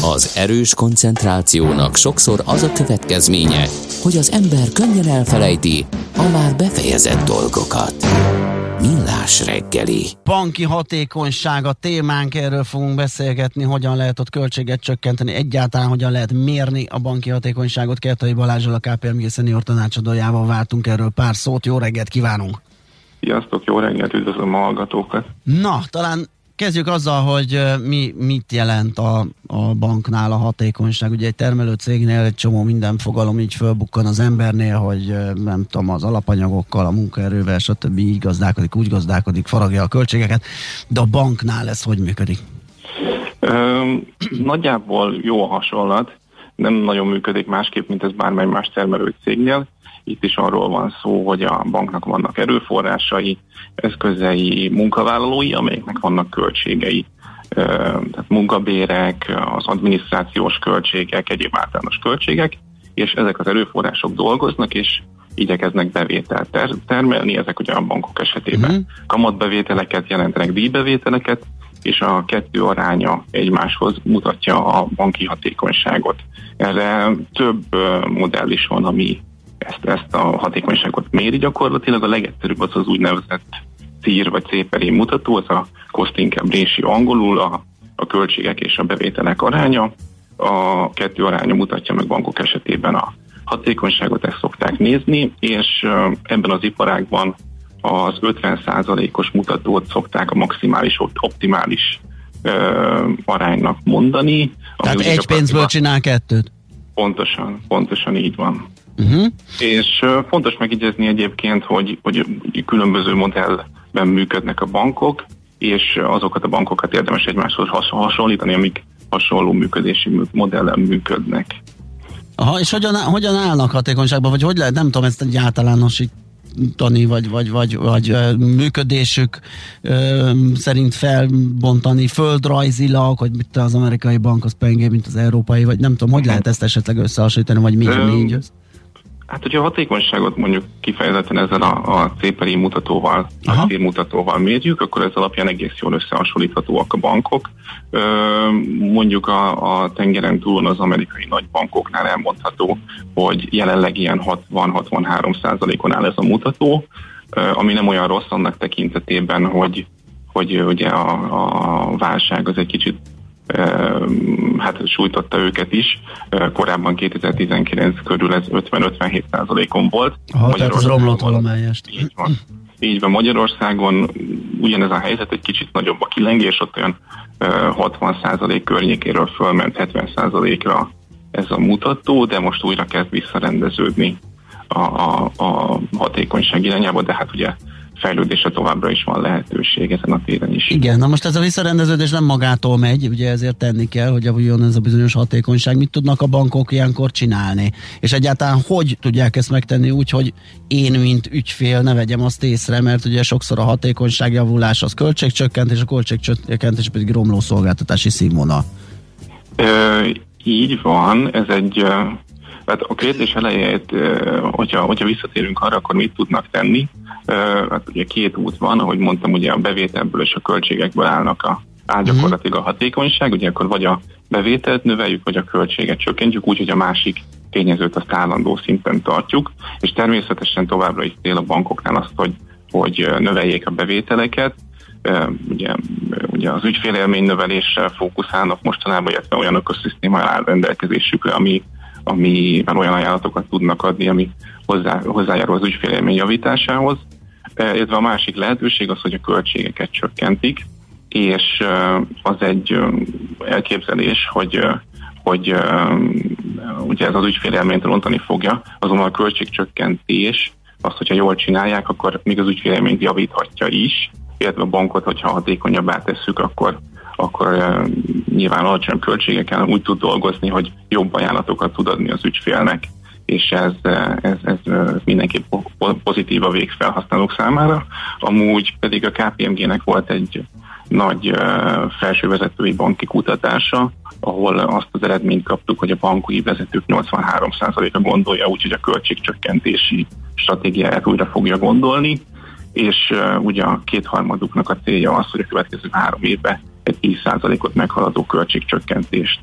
Az erős koncentrációnak sokszor az a következménye, hogy az ember könnyen elfelejti a már befejezett dolgokat. Millás reggeli. Banki hatékonyság a témánk, erről fogunk beszélgetni, hogyan lehet ott költséget csökkenteni, egyáltalán hogyan lehet mérni a banki hatékonyságot. Kertai Balázsral, a KPMG szenior tanácsadójával váltunk erről pár szót. Jó reggelt kívánunk! Sziasztok, jó reggelt, üdvözlöm a hallgatókat! Na, talán kezdjük azzal, hogy mit jelent a banknál a hatékonyság. Ugye egy termelő cégnél egy csomó minden fogalom így fölbukkan az embernél, hogy nem tudom, az alapanyagokkal, a munkaerővel, stb. Így gazdálkodik, úgy gazdálkodik, faragja a költségeket, de a banknál ez hogy működik? Nagyjából jó a hasonlat, nem nagyon működik másképp, mint ez bármely más termelő cégnél. Itt is arról van szó, hogy a banknak vannak erőforrásai, eszközei, munkavállalói, amelyeknek vannak költségei. Tehát munkabérek, az adminisztrációs költségek, egyéb általános költségek, és ezek az erőforrások dolgoznak, és igyekeznek bevételt termelni, ezek ugye a bankok esetében kamatbevételeket jelentenek, díjbevételeket, és a kettő aránya egymáshoz mutatja a banki hatékonyságot. Erre több modell is van, ami ezt a hatékonyságot méri gyakorlatilag. A legegyszerűbb az úgynevezett CIR vagy C/I mutató, ez a cost income ratio angolul, a költségek és a bevételek aránya. A kettő aránya mutatja meg bankok esetében a hatékonyságot, ezt szokták nézni, és ebben az iparágban az 50%-os mutatót szokták a maximális, optimális aránynak mondani. Tehát egy pénzből csinál kettőt? Pontosan így van. És fontos megjegyezni egyébként, hogy különböző modellben működnek a bankok, és azokat a bankokat érdemes egymáshoz hasonlítani, amik hasonló működési modellen működnek. Aha, és hogyan állnak hatékonyságban, vagy hogy lehet, nem tudom ezt egy általánosítani, vagy működésük szerint felbontani földrajzilag, hogy mit az amerikai bank az pengé, mint az európai, vagy nem tudom, hogy lehet ezt esetleg összehasonlítani, vagy mi az? Hát, hogyha a hatékonyságot mondjuk kifejezetten ezzel a C/I mutatóval, a CIR mutatóval mérjük, akkor ez alapján egész jól összehasonlíthatóak a bankok. Mondjuk a tengeren túlon az amerikai nagy bankoknál elmondható, hogy jelenleg ilyen 60-63%-on áll ez a mutató, ami nem olyan rossz annak tekintetében, hogy ugye a válság az egy kicsit sújtotta őket is. Korábban 2019 körül ez 50-57%-on volt. Tehát ez romlott valamelyest. Így van. Magyarországon ugyanez a helyzet, egy kicsit nagyobb a kilengés, ott olyan 60% környékéről fölment 70%-ra ez a mutató, de most újra kezd visszarendeződni a hatékonyság irányába, de hát ugye fejlődésre továbbra is van lehetőség ezen a téren is. Igen, na most ez a visszarendeződés nem magától megy, ugye ezért tenni kell, hogy javuljon ez a bizonyos hatékonyság. Mit tudnak a bankok ilyenkor csinálni? És egyáltalán hogy tudják ezt megtenni úgy, hogy én, mint ügyfél ne vegyem azt észre, mert ugye sokszor a hatékonyság javulás az költségcsökkentés, a költségcsökkentés pedig romló szolgáltatási színvonal. Így van, ez egy... Hát a kérdés elejét, hogyha visszatérünk arra, akkor mit tudnak tenni? Hát ugye két út van, ahogy mondtam, ugye a bevételből és a költségekből áll gyakorlatilag a hatékonyság, ugye akkor vagy a bevételt növeljük, vagy a költséget csökkentjük, úgyhogy a másik tényezőt azt állandó szinten tartjuk, és természetesen továbbra is cél a bankoknál azt, hogy növeljék a bevételeket. Ugye az ügyfélélmény növeléssel fókuszálnak mostanában, illetve olyan ökoszisztéma áll rendelkezésükre, amivel olyan ajánlatokat tudnak adni, ami hozzájárul az ügyfélélmény javításához. Illetve a másik lehetőség az, hogy a költségeket csökkentik, és az egy elképzelés, hogy ugye ez az ügyfélélményt rontani fogja, azonban a költségcsökkentés azt, hogyha jól csinálják, akkor még az ügyfélélményt javíthatja is, illetve a bankot, hogyha hatékonyabbá tesszük, akkor nyilván alacsony költségeken úgy tud dolgozni, hogy jobb ajánlatokat tud adni az ügyfélnek, és ez mindenképp pozitív a végfelhasználók számára. Amúgy pedig a KPMG-nek volt egy nagy felsővezetői banki kutatása, ahol azt az eredményt kaptuk, hogy a banki vezetők 83%-a gondolja úgy, hogy a költségcsökkentési stratégiáját újra fogja gondolni, és ugye a kétharmaduknak a célja az, hogy a következő 3 évben egy 10%-ot meghaladó költségcsökkentést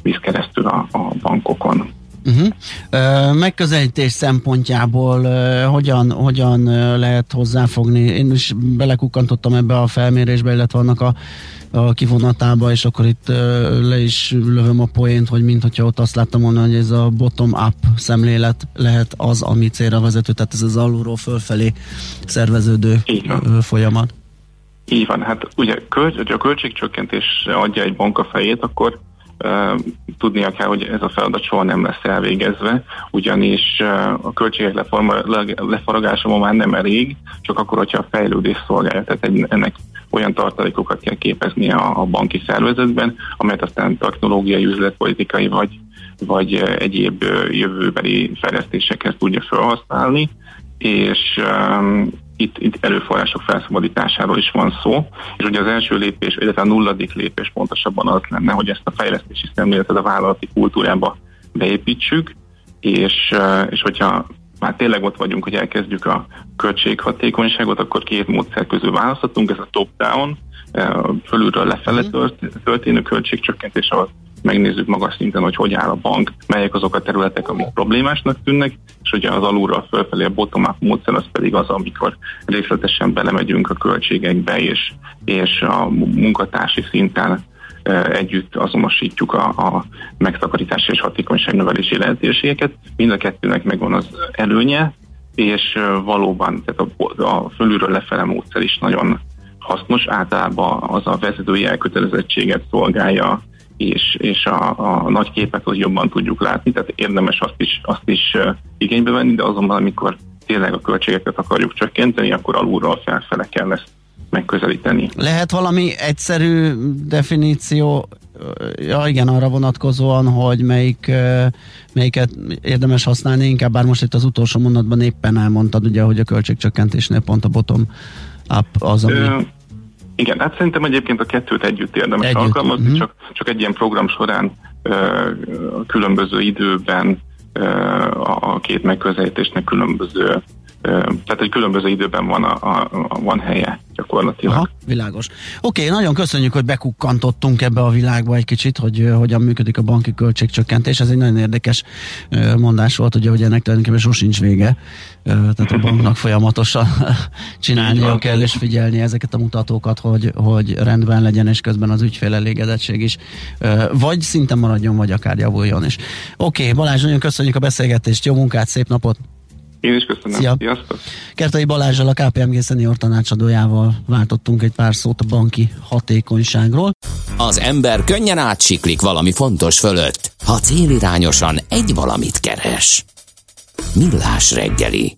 visz keresztül a bankokon. Megközelítés szempontjából hogyan lehet hozzáfogni? Én is belekukkantottam ebbe a felmérésbe, illetve annak a kivonatába, és akkor itt le is lövöm a poént, hogy minthogyha ott azt láttam volna, hogy ez a bottom-up szemlélet lehet az, ami célra vezető, tehát ez az alulról fölfelé szerveződő folyamat. Így van, hát ugye a költségcsökkentés adja egy bank a fejét, akkor tudnia kell, hogy ez a feladat soha nem lesz elvégezve, ugyanis a költségek lefaragása ma már nem elég, csak akkor, hogyha a fejlődés szolgálja. Tehát ennek olyan tartalékokat kell képeznie a banki szervezetben, amelyet aztán technológiai, üzletpolitikai vagy egyéb jövőbeli fejlesztésekhez tudja felhasználni, és itt erőforrások felszabadításáról is van szó, és ugye az első lépés, illetve a 0. lépés pontosabban az lenne, hogy ezt a fejlesztési szemléletet a vállalati kultúrába beépítsük, és hogyha már tényleg ott vagyunk, hogy elkezdjük a költséghatékonyságot, akkor 2 módszer közül választhatunk, ez a top-down, fölülről lefele történő költségcsökkentés, ahol megnézzük magas szinten, hogy áll a bank, melyek azok a területek, amik problémásnak tűnnek, és ugye az alulról fölfelé a bottom-up módszer, az pedig az, amikor részletesen belemegyünk a költségekbe, és a munkatársi szinten együtt azonosítjuk a megtakarítási és hatékonyságnövelési lehetőségeket. Mind a kettőnek megvan az előnye, és valóban tehát a fölülről lefele módszer is nagyon hasznos, általában az a vezetői elkötelezettséget szolgálja, és a nagy képet az jobban tudjuk látni, tehát érdemes azt is igénybe venni, de azonban, amikor tényleg a költségeket akarjuk csökkenteni, akkor alulról felfele kell ezt megközelíteni. Lehet valami egyszerű definíció, igen, arra vonatkozóan, hogy melyiket érdemes használni, inkább bár most itt az utolsó mondatban éppen elmondtad, ugye, hogy a költségcsökkentésnél pont a bottom up az, ami... Igen, hát szerintem egyébként a kettőt együtt érdemes alkalmazni, csak egy ilyen program során különböző időben a két megközelítésnek különböző, tehát egy különböző időben van helye gyakorlatilag. Aha, világos. Oké, nagyon köszönjük, hogy bekukkantottunk ebbe a világba egy kicsit, hogy hogyan működik a banki költségcsökkentés. Ez egy nagyon érdekes mondás volt, ugye, hogy ennek tulajdonképpen sosincs vége. Tehát a banknak folyamatosan csinálnia kell és figyelni ezeket a mutatókat, hogy rendben legyen, és közben az ügyfél elégedettség is vagy szinten maradjon, vagy akár javuljon is. Oké, Balázs, nagyon köszönjük a beszélgetést, jó munkát, szép napot! Én is köszönöm. Szia. Sziasztok! Kertai Balázsral, a KPMG szenior tanácsadójával váltottunk egy pár szót a banki hatékonyságról. Az ember könnyen átsiklik valami fontos fölött, ha célirányosan egy valamit keres. Millás reggeli.